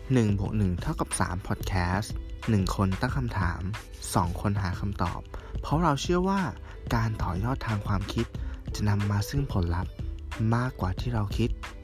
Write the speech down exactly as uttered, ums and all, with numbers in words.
หนึ่งบวกหนึ่งเท่ากับสาม Podcast หนึ่งคนตั้งคำถามสองคนหาคำตอบเพราะเราเชื่อว่าการต่อยอดทางความคิดจะนำมาซึ่งผลลัพธ์มากกว่าที่เราคิด